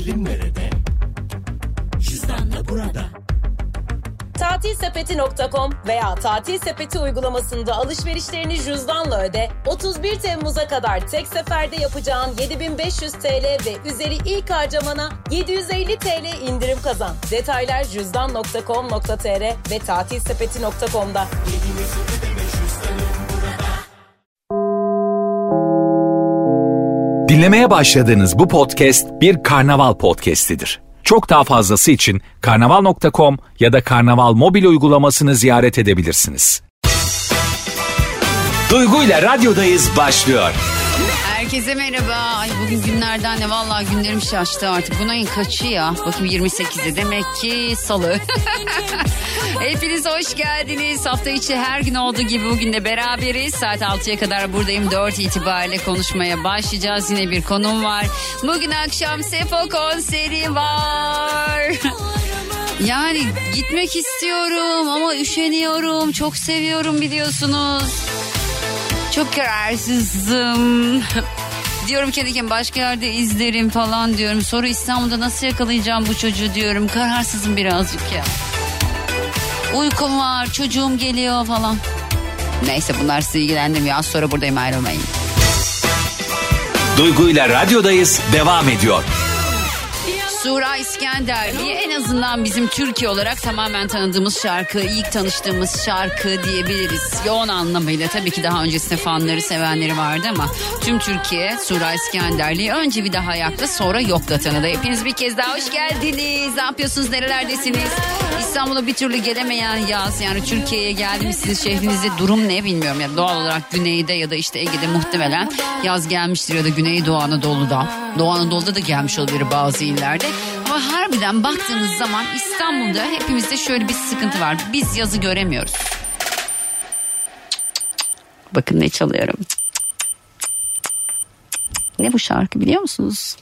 indirim nerede? Cüzdanla burada. Tatilsepeti.com veya Tatil Sepeti uygulamasında alışverişlerini cüzdanla öde. 31 Temmuz'a kadar tek seferde yapacağın 7.500 TL ve üzeri ilk harcamana 750 TL indirim kazan. Detaylar cüzdan.com.tr ve tatilsepeti.com'da. Dinlemeye başladığınız bu podcast bir karnaval podcastidir. Çok daha fazlası için karnaval.com ya da karnaval mobil uygulamasını ziyaret edebilirsiniz. Duygu ile radyodayız başlıyor. Herkese merhaba. Ay bugün günlerden ne? Vallahi günlerim şaştı artık. Bunun ayın kaçı ya? Bakayım 28'i. Demek ki salı. Hepiniz hoş geldiniz. Hafta içi her gün olduğu gibi bugün de beraberiz. Saat 6'ya kadar buradayım. 4 itibariyle konuşmaya başlayacağız. Yine bir konum var. Bugün akşam Sefo konseri var. Yani gitmek istiyorum ama üşeniyorum. Çok seviyorum biliyorsunuz. Çok kararsızım. Diyorum kendi kendime başka yerde izlerim falan diyorum. Sonra İstanbul'da nasıl yakalayacağım bu çocuğu diyorum. Kararsızım birazcık ya. Uykum var, çocuğum geliyor falan. Neyse bunlar sizi ilgilendirmiyor. Az sonra buradayım, ayrılmayın. Duygu ile radyodayız devam ediyor. Sura İskenderli en azından bizim Türkiye olarak tamamen tanıdığımız şarkı, ilk tanıştığımız şarkı diyebiliriz. Yoğun anlamıyla tabii ki daha öncesinde fanları, sevenleri vardı ama tüm Türkiye Sura İskenderli'yi önce bir daha yaktı, sonra yokla tanıdı. Hepiniz bir kez daha hoş geldiniz. Ne yapıyorsunuz, nerelerdesiniz? İstanbul'a bir türlü gelemeyen yaz, yani Türkiye'ye gelmişsiniz, şehrinizde durum ne bilmiyorum. Ya doğal olarak güneyde ya da işte Ege'de muhtemelen yaz gelmiştir ya da Güneydoğu Anadolu'da. Doğu Anadolu'da da gelmiş olabilir bazı illerde. Ama harbiden baktığınız zaman İstanbul'da hepimizde şöyle bir sıkıntı var. Biz yazı göremiyoruz. Bakın ne çalıyorum. Ne bu şarkı biliyor musunuz?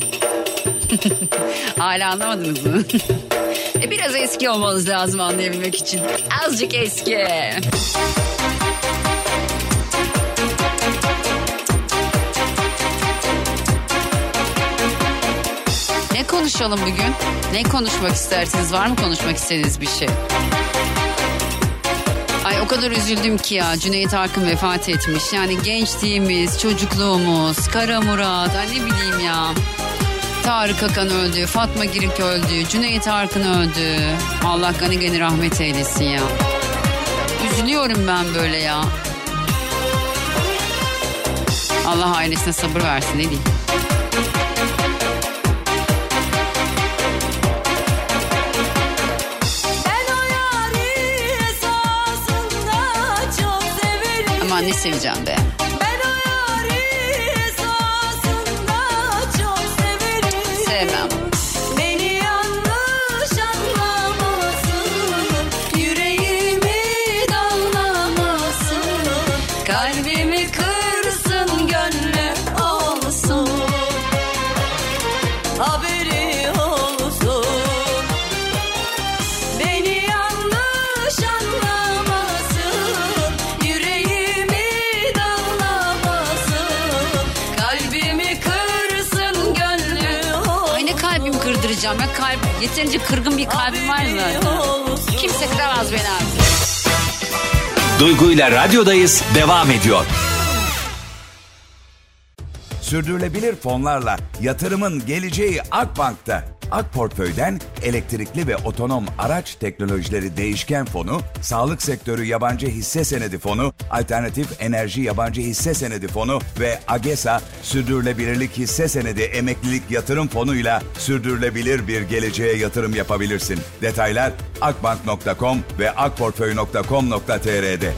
Hala anlamadınız mı? Biraz eski olmanız lazım anlayabilmek için. Azıcık eski. Ne konuşalım bugün? Ne konuşmak istersiniz? Var mı konuşmak istediğiniz bir şey? Ay o kadar üzüldüm ki ya. Cüneyt Arkın vefat etmiş. Yani gençliğimiz, çocukluğumuz, Kara Murat, ay ne bileyim ya. Tarık Akan öldü, Fatma Girik öldü, Cüneyt Arkın öldü. Allah gani gani rahmet eylesin ya. Üzülüyorum ben böyle ya. Allah ailesine sabır versin, ne diyeyim. Aman ne seveceğim be. Sevmem. Beni yanlış anlamasın, yüreğimi dağlamasın, kalbimi kırsın, gönlü olsun, haberi olsun. Beni yanlış anlamasın, yüreğimi dağlamasın, kalbimi kırsın, gönlü olsun. Ay ne kalbimi kırdıracağım ya, yeterince kırgın bir kalbim var zaten. Kimse kıramaz beni artık. Duygu ile radyodayız devam ediyor. Sürdürülebilir fonlarla yatırımın geleceği Akbank'ta. Ak Portföy'den elektrikli ve otonom araç teknolojileri değişken fonu, sağlık sektörü yabancı hisse senedi fonu, alternatif enerji yabancı hisse senedi fonu ve AGESA sürdürülebilirlik hisse senedi emeklilik yatırım fonuyla sürdürülebilir bir geleceğe yatırım yapabilirsin. Detaylar akbank.com ve akportföy.com.tr'de.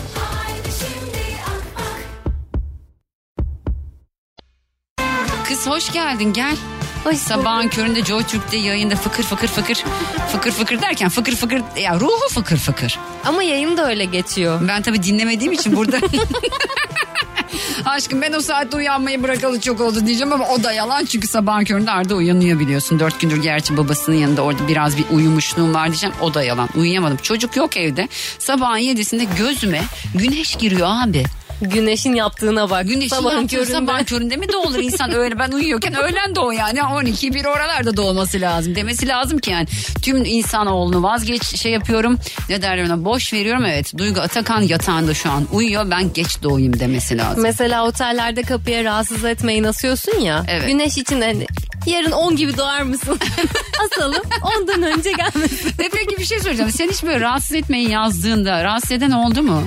Kız hoş geldin, gel. Sabahın köründe Joy Türk'te yayında fıkır fıkır derken fıkır fıkır ya, ruhu fıkır. Ama yayın da öyle geçiyor. Ben tabii dinlemediğim için burada. Aşkım ben o saatte uyanmayı bırakalı çok oldu diyeceğim ama o da yalan, çünkü sabahın köründe Arda uyanıyor biliyorsun. 4 gündür gerçi babasının yanında, orada biraz bir uyumuşluğum var diyeceğim, o da yalan, uyuyamadım. Çocuk yok evde, sabahın 7'sinde gözüme güneş giriyor abi. Güneşin yaptığına bak. Güneşin Sabahın yaptığı köründe. sabah köründe mi doğulur insan öyle? Ben uyuyorken öğlen doğu yani 12-1 oralarda doğması lazım. Demesi lazım ki yani tüm insanoğlunu vazgeç yapıyorum. Ne derler ona, boş veriyorum. Evet, Duygu Atakan yatağında şu an uyuyor, ben geç doğayım demesi lazım. Mesela otellerde kapıya rahatsız etmeyin asıyorsun ya. Evet. Güneş için hani yarın 10 gibi doğar mısın? Asalım 10'dan önce gelmesin. Peki bir şey soracağım. Sen hiç böyle rahatsız etmeyin yazdığında rahatsız eden oldu mu?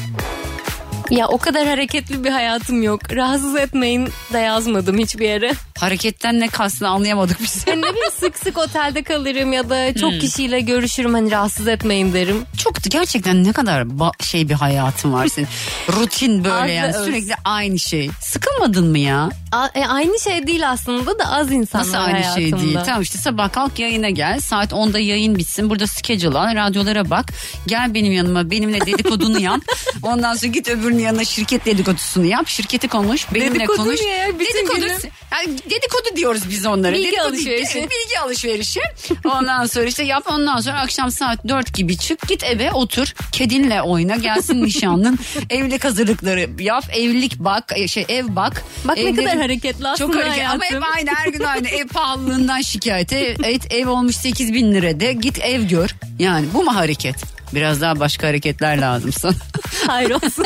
Ya o kadar hareketli bir hayatım yok. Rahatsız etmeyin de yazmadım hiçbir yere. Hareketten ne kastını anlayamadık biz. Yani ne bileyim sık sık otelde kalırım ya da çok kişiyle görüşürüm, hani rahatsız etmeyin derim. Çok gerçekten ne kadar bir hayatın var senin. Rutin böyle Az yani da öz. sürekli aynı şey. Sıkılmadın mı ya? Aynı şey değil aslında da az insan Nasıl var aynı hayatımda. şey değil? Tamam işte sabah kalk yayına gel. Saat 10'da yayın bitsin. Burada schedule al. Radyolara bak. Gel benim yanıma. Benimle dedikodunu yap. Ondan sonra git öbürünün yanına şirket dedikodusunu yap. Şirketi konuş. Benimle Dedikodu konuş. mu ya? Bütün Dedikodu. günü. Yani dedikodu diyoruz biz onlara. Bilgi Dedikodu, alışverişi. evet, bilgi alışverişi. Ondan sonra işte yap. Ondan sonra akşam saat 4 gibi çık. Git eve otur. Kedinle oyna. Gelsin nişanlın. Evlilik hazırlıkları yap. Evlilik bak. Ev bak. Bak ne Evlerin- kadar hareketli aslında Çok hareket ama hayatım. hep aynı, her gün aynı. Ev pahalılığından şikayet. Ev olmuş 8.000 lira de. Git ev gör. Yani bu mu hareket? Biraz daha başka hareketler lazım sana. Hayır olsun.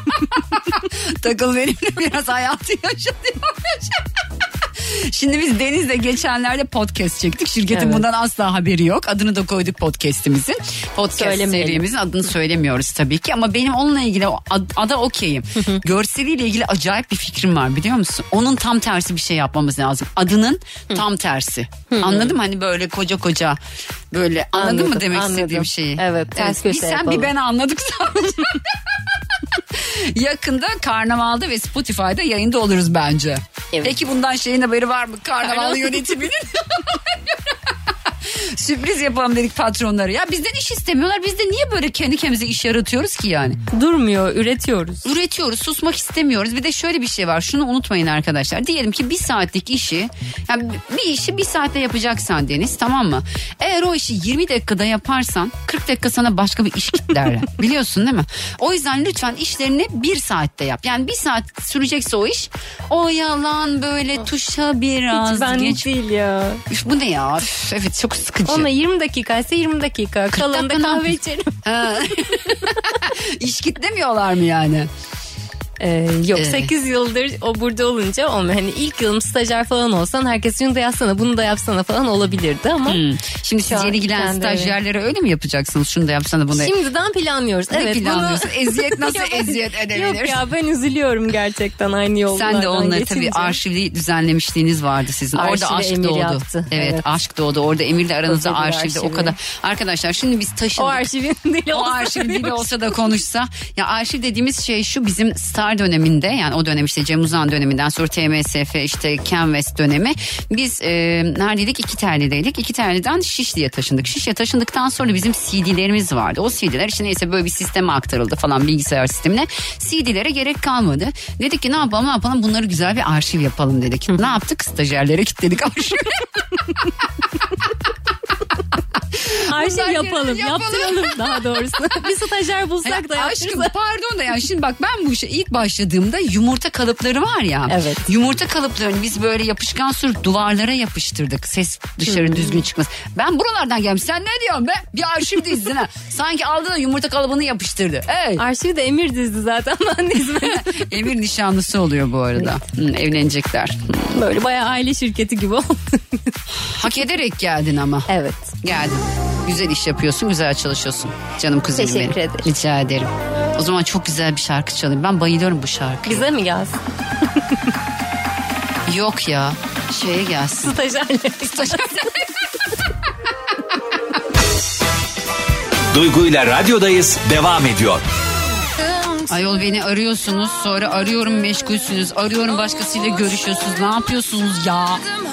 Takıl benimle biraz hayatı yaşa diyormuş. Şimdi biz Deniz'le geçenlerde podcast çektik. Şirketin Evet. bundan asla haberi yok. Adını da koyduk podcast'imizin. Podcast Söylemeyelim. serimizin adını söylemiyoruz tabii ki. Ama benim onunla ilgili ada okeyim. Görseliyle ilgili acayip bir fikrim var biliyor musun? Onun tam tersi bir şey yapmamız lazım. Adının tam tersi. Anladın mı? Hani böyle koca böyle anladın Anladım, mı demek anladım. istediğim şeyi? Evet, ters köşe Bir sen yapalım. bir ben anladık sadece. Yakında Karnaval'da ve Spotify'da yayında oluruz bence. Evet. Peki bundan şeyin haberi var mı? Karnaval Karnaval. yönetiminin. Sürpriz yapalım dedik patronlara. Ya bizden iş istemiyorlar. Biz de niye böyle kendi kendimize iş yaratıyoruz ki yani? Durmuyor, üretiyoruz. Üretiyoruz, susmak istemiyoruz. Bir de şöyle bir şey var. Şunu unutmayın arkadaşlar. Diyelim ki 1 saatlik işi, yani bir işi 1 saatte yapacaksan Deniz, tamam mı? Eğer o işi 20 dakikada yaparsan 40 dakika sana başka bir iş kitlerler. Biliyorsun değil mi? O yüzden lütfen işlerini 1 saatte yap. Yani 1 saat sürecekse o iş, o yalan böyle tuşa biraz Hiç benlik geç. değil ya. Üf, bu ne ya? Üf, evet çok sıkıcı. Ona 20 dakika ise 20 dakika. Kalanında dakika ne kahve yapayım? içerim. Ha. İş kitlemiyorlar mı yani? Yok 8 yıldır o burada olunca olmuyor. Hani ilk yılım stajyer falan olsan herkes şunu da yapsana bunu da yapsana falan olabilirdi ama Şimdi Şu siz an yeni gelen kendi stajyerlere öyle mi yapacaksınız? Şunu da yapsana bunu da. şimdiden planlıyoruz. Ne Evet, planlıyorsun? Eziyet nasıl Yok, eziyet edebilir? Yok ya ben üzülüyorum gerçekten aynı yollardan Sen de onları geçince. tabii arşivli düzenlemişliğiniz vardı sizin. Orada Arşivi aşk Emir doğdu. yaptı. Evet, Evet. aşk doğdu. Orada Emir'le aranızda Koca bir arşivde o arşivi. kadar. Arkadaşlar şimdi biz taşındık. O arşivin dili O olsa arşiv dili diyormuş. olsa da konuşsa. Ya arşiv dediğimiz şey şu, bizim Star döneminde, yani o dönem işte Cem Uzan döneminden sonra TMSF işte Canvest dönemi. Biz neredeydik? İkitelli'deydik. İkitelli'den Şişli'ye taşındık. Şişli'ye taşındıktan sonra bizim CD'lerimiz vardı. O CD'ler işte neyse böyle bir sisteme aktarıldı falan, bilgisayar sistemine. CD'lere gerek kalmadı. Dedik ki ne yapalım bunları güzel bir arşiv yapalım dedik. Ne yaptık? Stajyerlere kilitledik arşivi. Arşiv Bunlar yapalım. yapalım. Yaptıralım daha doğrusu. Bir stajyer bulsak da Aşkım yaptırsak. pardon da yani şimdi bak, ben bu işe ilk başladığımda yumurta kalıpları var ya. Evet. Yumurta kalıplarını biz böyle yapışkan sürüp duvarlara yapıştırdık. Ses dışarı düzgün çıkmaz. Ben buralardan gelmiş. Sen ne diyorsun be? Bir arşivdeyiz ha. Sanki aldı da yumurta kalıbını yapıştırdı. Hey. Arşivi de Emir dizdi zaten. Ben de izledim. Emir nişanlısı oluyor bu arada. Evlenecekler. Böyle bayağı aile şirketi gibi oldu. Hak ederek geldin ama. Evet. Geldin. Güzel iş yapıyorsun, güzel çalışıyorsun. Canım kuzenim Teşekkür benim. ederim. Rica ederim. O zaman çok güzel bir şarkı çalayım. Ben bayılıyorum bu şarkıya. Bize mi gelsin? Yok ya. Şeye gelsin. Stajyerler. Duygu ile radyodayız devam ediyor. Ayol beni arıyorsunuz, sonra arıyorum meşgulsünüz, arıyorum başkasıyla görüşüyorsunuz. Ne yapıyorsunuz ya?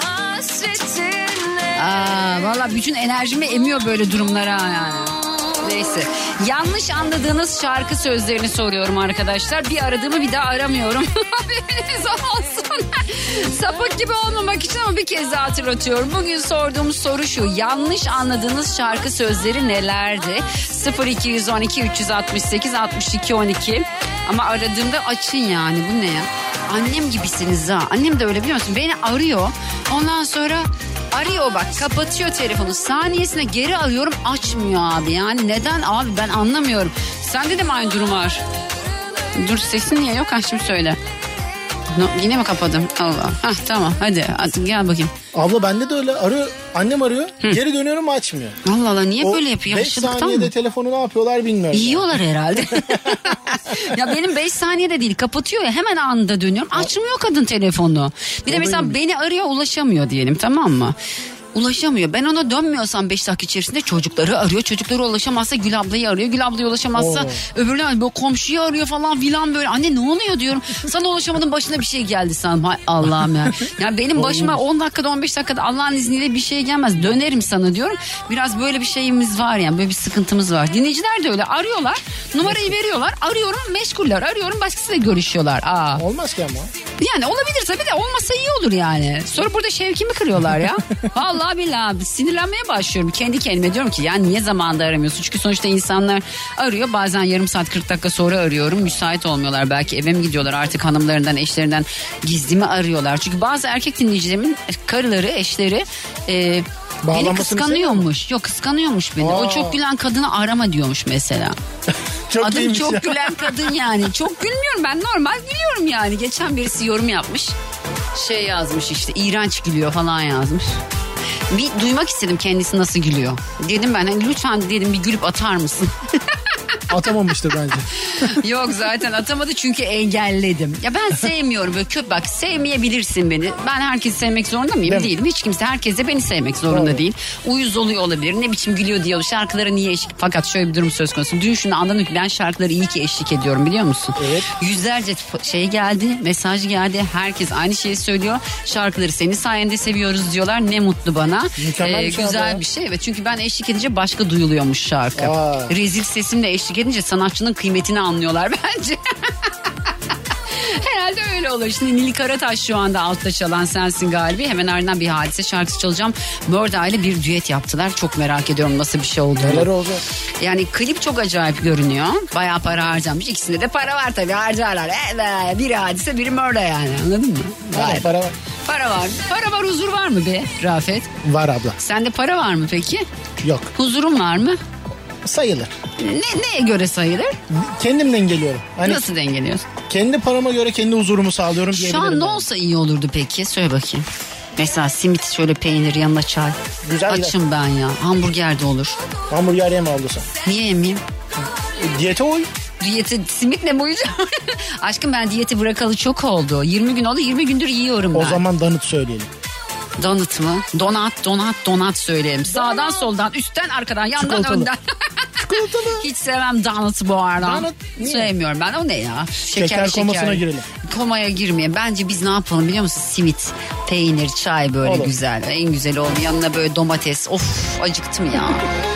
Valla bütün enerjimi emiyor böyle durumlara yani. Neyse. Yanlış anladığınız şarkı sözlerini soruyorum arkadaşlar. Bir aradığımı bir daha aramıyorum. Haberiniz olsun. Sapık gibi olmamak için ama bir kez daha hatırlatıyorum. Bugün sorduğumuz soru şu: yanlış anladığınız şarkı sözleri nelerdi? 0212 368 62 12. Ama aradığımda açın yani, bu ne ya? Annem gibisiniz ha. Annem de öyle, biliyor musun? Beni arıyor. Ondan sonra arıyor bak, kapatıyor telefonu. Saniyesine geri alıyorum, açmıyor abi. Yani neden abi, ben anlamıyorum. Sende de mi aynı durum var? Dur, sesin niye yok? Şimdi söyle. No, yine mi kapadım? Allah. Hah, tamam hadi gel bakayım. Abla bende de öyle, arıyor. Annem arıyor. Geri dönüyorum, açmıyor. Allah Allah, niye böyle yapıyor? 5 saniyede telefonu ne yapıyorlar bilmiyorum. Yiyorlar herhalde. Ya benim 5 saniyede değil, kapatıyor ya, hemen anında dönüyorum. Açmıyor kadın telefonu. Bir de mesela beni arıyor, ulaşamıyor diyelim, tamam mı? Ulaşamıyor. Ben ona dönmüyorsam 5 dakika içerisinde çocukları arıyor. Çocukları ulaşamazsa Gül ablayı arıyor. Gül ablayı ulaşamazsa öbürler böyle komşuyu arıyor falan filan böyle. Anne ne oluyor diyorum. Sana ulaşamadım, başına bir şey geldi sanırım. Hay Allah'ım ya. Ya benim başıma 10 dakikada 15 dakikada Allah'ın izniyle bir şey gelmez. Dönerim sana diyorum. Biraz böyle bir şeyimiz var yani. Böyle bir sıkıntımız var. Dinleyiciler de öyle arıyorlar. Numarayı veriyorlar. Arıyorum, meşguller. Arıyorum, başkasıyla görüşüyorlar. Olmaz ki ama. Yani olabilir tabii de, olmasa iyi olur yani. Sonra burada şevkimi kırıyorlar ya. Vallahi billahi sinirlenmeye başlıyorum. Kendi kendime diyorum ki yani niye zamanında aramıyorsun? Çünkü sonuçta insanlar arıyor. Bazen yarım saat 40 dakika sonra arıyorum. Müsait olmuyorlar. Belki eve mi gidiyorlar artık, hanımlarından, eşlerinden gizli mi arıyorlar? Çünkü bazı erkek dinleyicilerimin karıları, eşleri beni kıskanıyormuş. Yok, kıskanıyormuş beni. O çok gülen kadını arama diyormuş mesela. Adım çok ya. Gülen kadın yani. Çok gülmüyorum ben, normal gülüyorum yani. Geçen birisi yorum yapmış. Şey yazmış işte, iğrenç gülüyor falan yazmış. Bir duymak istedim kendisi nasıl gülüyor. Dedim ben hani lütfen dedim bir gülüp atar mısın? Atamamıştır bence. Yok zaten atamadı çünkü engelledim. Ya ben sevmiyorum böyle kötü, bak sevmeyebilirsin beni. Ben herkesi sevmek zorunda mıyım? Değilim. Hiç kimse herkes de beni sevmek zorunda değil. Uyuz oluyor olabilir. Ne biçim gülüyor diyor. Şarkılara niye eşlik? Fakat şöyle bir durum söz konusu. Dün şunu anladım ki ben şarkıları iyi ki eşlik ediyorum, biliyor musun? Evet. Yüzlerce şey geldi, mesaj geldi. Herkes aynı şeyi söylüyor. Şarkıları senin sayende seviyoruz diyorlar. Ne mutlu bana. Mükemmel bir şey güzel bir şey. Evet, çünkü ben eşlik edince başka duyuluyormuş şarkı. Rezil sesimle eşlik edince sanatçının kıymetini anlıyorlar bence. Herhalde öyle olur. Şimdi Nil Karataş şu anda altta çalan sensin galibi. Hemen ardından bir Hadise şarkısı çalacağım. Mörda ile bir düet yaptılar. Çok merak ediyorum nasıl bir şey olduğunu. Neler olacak? Yani klip çok acayip görünüyor. Bayağı para harcamış. İkisinde de para var tabii, harcarlar. Biri Hadise, biri Mörda yani, anladın mı? Var, para var. Para var. Para var, huzur var mı be Rafet? Var abla. Sende para var mı peki? Yok. Huzurun var mı? Sayılır. Neye göre sayılır? Kendim dengeliyorum. Hani nasıl dengeliyorsun? Kendi parama göre kendi huzurumu sağlıyorum diyebilirim. Şu an ne olsa iyi olurdu peki? Söyle bakayım. Mesela simit, şöyle peynir, yanına çay. Güzel. Açım ben ya. Hamburger de olur. Hamburger yeme ablası. Niye yemeyeyim? Diyete uy. Diyeti simitle mi uyuyacağım? Aşkım ben diyeti bırakalı çok oldu. 20 gün oldu, 20 gündür yiyorum ben. O zaman donut söyleyelim. Donut mu? Donat söyleyelim. Sağdan soldan, üstten arkadan, yandan çikolatalı. Önden. Çikolatalı. Hiç sevmem donut bu arada. Donut niye? Sevmiyorum ben, o ne ya? Şeker komasına girelim. Komaya girmeyelim. Bence biz ne yapalım biliyor musun? Simit, peynir, çay böyle olur. Güzel. En güzeli oldu. Yanına böyle domates. Of, acıktım ya.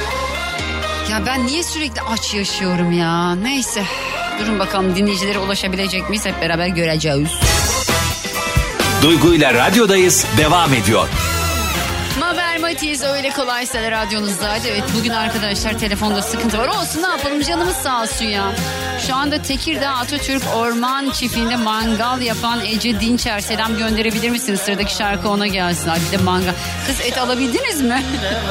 Ya ben niye sürekli aç yaşıyorum ya? Neyse. Durun bakalım dinleyicilere ulaşabilecek miyiz? Hep beraber göreceğiz. Duygu ile radyodayız devam ediyor. Mabel Matiz öyle kolaysa da radyonuzdaydı. Evet, bugün arkadaşlar telefonda sıkıntı var. Olsun, ne yapalım, canımız sağ olsun ya. Şu anda Tekirdağ Atatürk Orman Çiftliği'nde mangal yapan Ece Dinçer, selam gönderebilir misiniz? Sıradaki şarkı ona gelsin. Hadi de mangal. Kız et alabildiniz mi?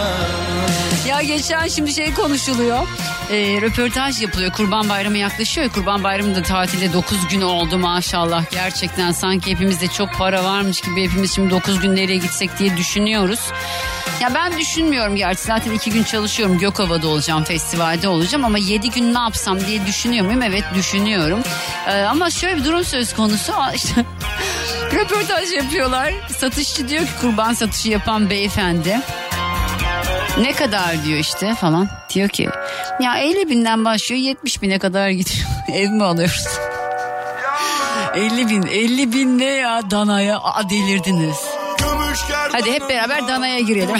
Ya geçen şimdi şey konuşuluyor. Röportaj yapılıyor. Kurban Bayramı yaklaşıyor. Kurban Bayramı'nda tatilde 9 gün oldu maşallah. Gerçekten sanki hepimizde çok para varmış gibi hepimiz şimdi 9 gün nereye gitsek diye düşünüyoruz. Ya ben düşünmüyorum gerçi. Zaten 2 gün çalışıyorum. Gökova'da olacağım, festivalde olacağım ama 7 gün ne yapsam diye düşünüyor muyum? Evet, düşünüyorum. Ama şöyle bir durum söz konusu. İşte, röportaj yapıyorlar. Satışçı diyor ki, kurban satışı yapan beyefendi. Ne kadar diyor işte falan. Diyor ki ya 50 binden başlıyor 70 bine kadar gidiyor. Ev mi alıyoruz? 50 bin ne ya danaya? Delirdiniz. Hadi hep beraber danaya girelim.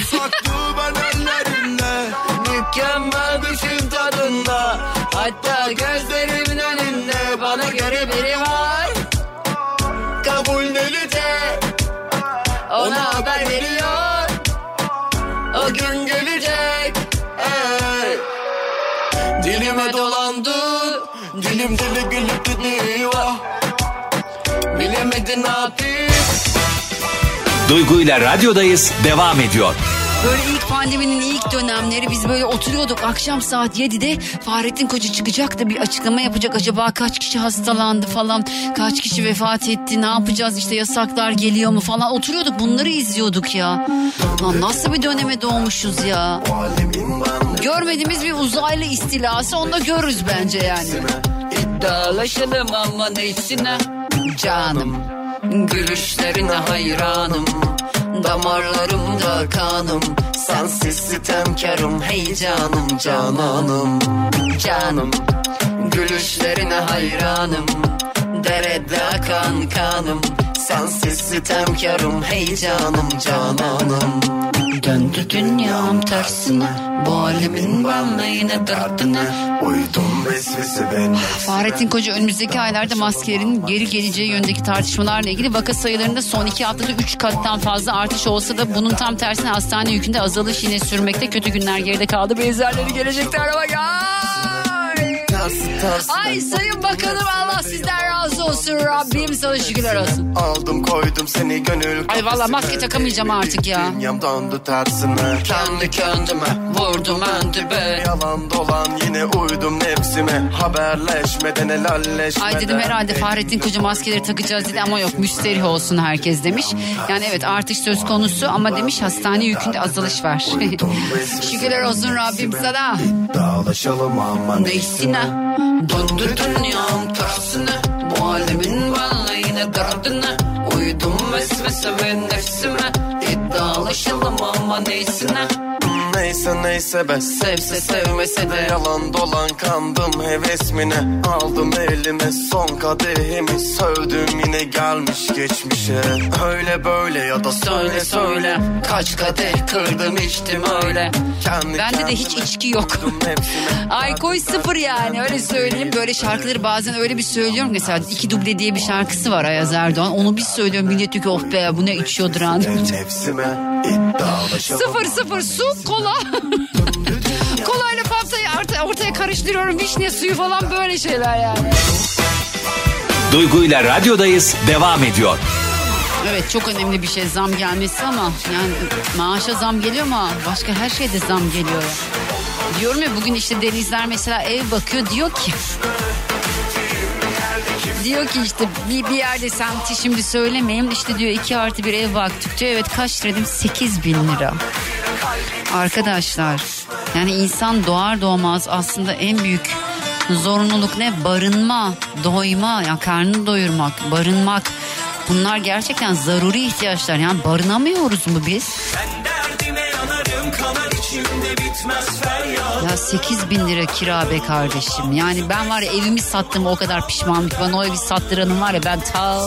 Mükemmel düşün tadında, hatta gözlerimin önünde bana göre biri var. Kabul delice, ona haber veriyor. O gün gelecek. Dilime dolandı dilim dili gülüp dedi vah. Bilemedin ne yapayım. Duygu ile radyodayız devam ediyor. Böyle ilk pandeminin ilk dönemleri biz böyle oturuyorduk akşam saat 7'de Fahrettin Koca çıkacak da bir açıklama yapacak. Acaba kaç kişi hastalandı falan, kaç kişi vefat etti, ne yapacağız işte yasaklar geliyor mu falan. Oturuyorduk bunları izliyorduk ya. Lan nasıl bir döneme doğmuşuz ya. Görmediğimiz bir uzaylı istilası, onu da görürüz bence yani. İddialaşalım ama neyisine canım, gülüşlerine hayranım. Damarlarımda kanım, sensiz sitemkarım. Hey canım cananım, canım, gülüşlerine hayranım. Derede akan kanım, sensiz sitemkarım. Hey canım cananım. Döndü dünyam tersine, bu alemin bana yine derdine. Uydum vesvese ben. Fahrettin Koca önümüzdeki aylarda maskelerin geri geleceği yönündeki tartışmalarla ilgili vaka sayılarında son 2 haftada 3 kattan fazla artış olsa da bunun tam tersine hastane yükünde azalış yine sürmekte. Kötü günler geride kaldı, benzerleri gelecekte araba. Ay Sayın Bakanım, Allah sizden razı olsun. Rabbim sana şükürler olsun. Aldım koydum seni gönül. Ay valla maske takamayacağım artık ya. Dünyam döndü tersine. Kendi kendime vurdum endübe. Yalan dolan yine uydum nefsime. Haberleşmeden helalleşmeden. Ay dedim herhalde Fahrettin Koca maskeleri takacağız dedi ama yok, müsterih olsun herkes demiş. Yani evet artış söz konusu ama demiş hastane yükünde azalış var. Şükürler olsun Rabbim sana. Dağlaşalım ama Neysine döndü dünyam tersine, bu alemin bana yine derdine. Uydum vesvese ve nefsime. İddialaşalım ama neysine. Neyse be. Sevse sevmese de Yalan dolan kandım hevesmine. Aldım elime son kadehimi. Sövdüm yine gelmiş geçmişe. Öyle böyle ya da söyle söyle. Kaç kadeh kırdım içtim öyle. Bende de hiç içki yok. Alkol sıfır yani, öyle söyleyeyim. Böyle şarkıları bazen öyle bir söylüyorum. Mesela 2 duble diye bir şarkısı var Ayaz Erdoğan. Onu bir söylüyorum, millet diyor ki of be bu ne içiyordur ha. Sıfır su kola. Kolayla Fanta'yı ortaya karıştırıyorum, vişne suyu falan, böyle şeyler yani. Duygu ile radyodayız devam ediyor. Evet çok önemli bir şey zam gelmesi ama yani maaşa zam geliyor ama başka her şeyde zam geliyor. Diyorum ya bugün işte Denizler mesela ev bakıyor, diyor ki işte bir yerde semti şimdi söylemeyeyim, işte diyor 2+1 ev baktık diyor. Evet kaç lira dedim, 8.000 lira. Arkadaşlar yani insan doğar doğmaz aslında en büyük zorunluluk ne? Barınma, doyma, yani karnını doyurmak, barınmak. Bunlar gerçekten zaruri ihtiyaçlar. Yani barınamıyoruz mu biz? Ya 8.000 lira kira be kardeşim. Yani ben var ya evimi sattım, o kadar pişmanım ki. Bana o evi sattıranım var ya, ben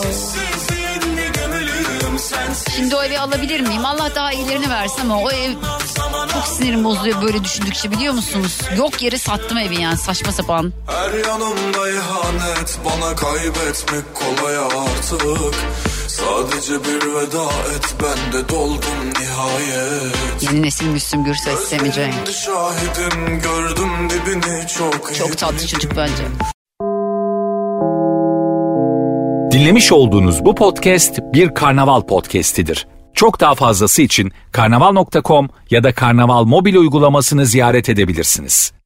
Şimdi o evi alabilir miyim? Allah daha iyilerini versin ama o ev çok sinirim bozuluyor böyle düşündükçe, biliyor musunuz? Yok yere sattım evi yani, saçma sapan. Her yanımda ihanet, bana kaybetmek kolay artık. Sadece bir veda et, ben de doldum nihayet. Yeni nesil Müslüm Gürses, Semi Cenk. Şahidim, gördüm dibini çok. Çok tatlı çocuk bence. Dinlemiş olduğunuz bu podcast bir Karnaval podcastidir. Çok daha fazlası için karnaval.com ya da Karnaval mobil uygulamasını ziyaret edebilirsiniz.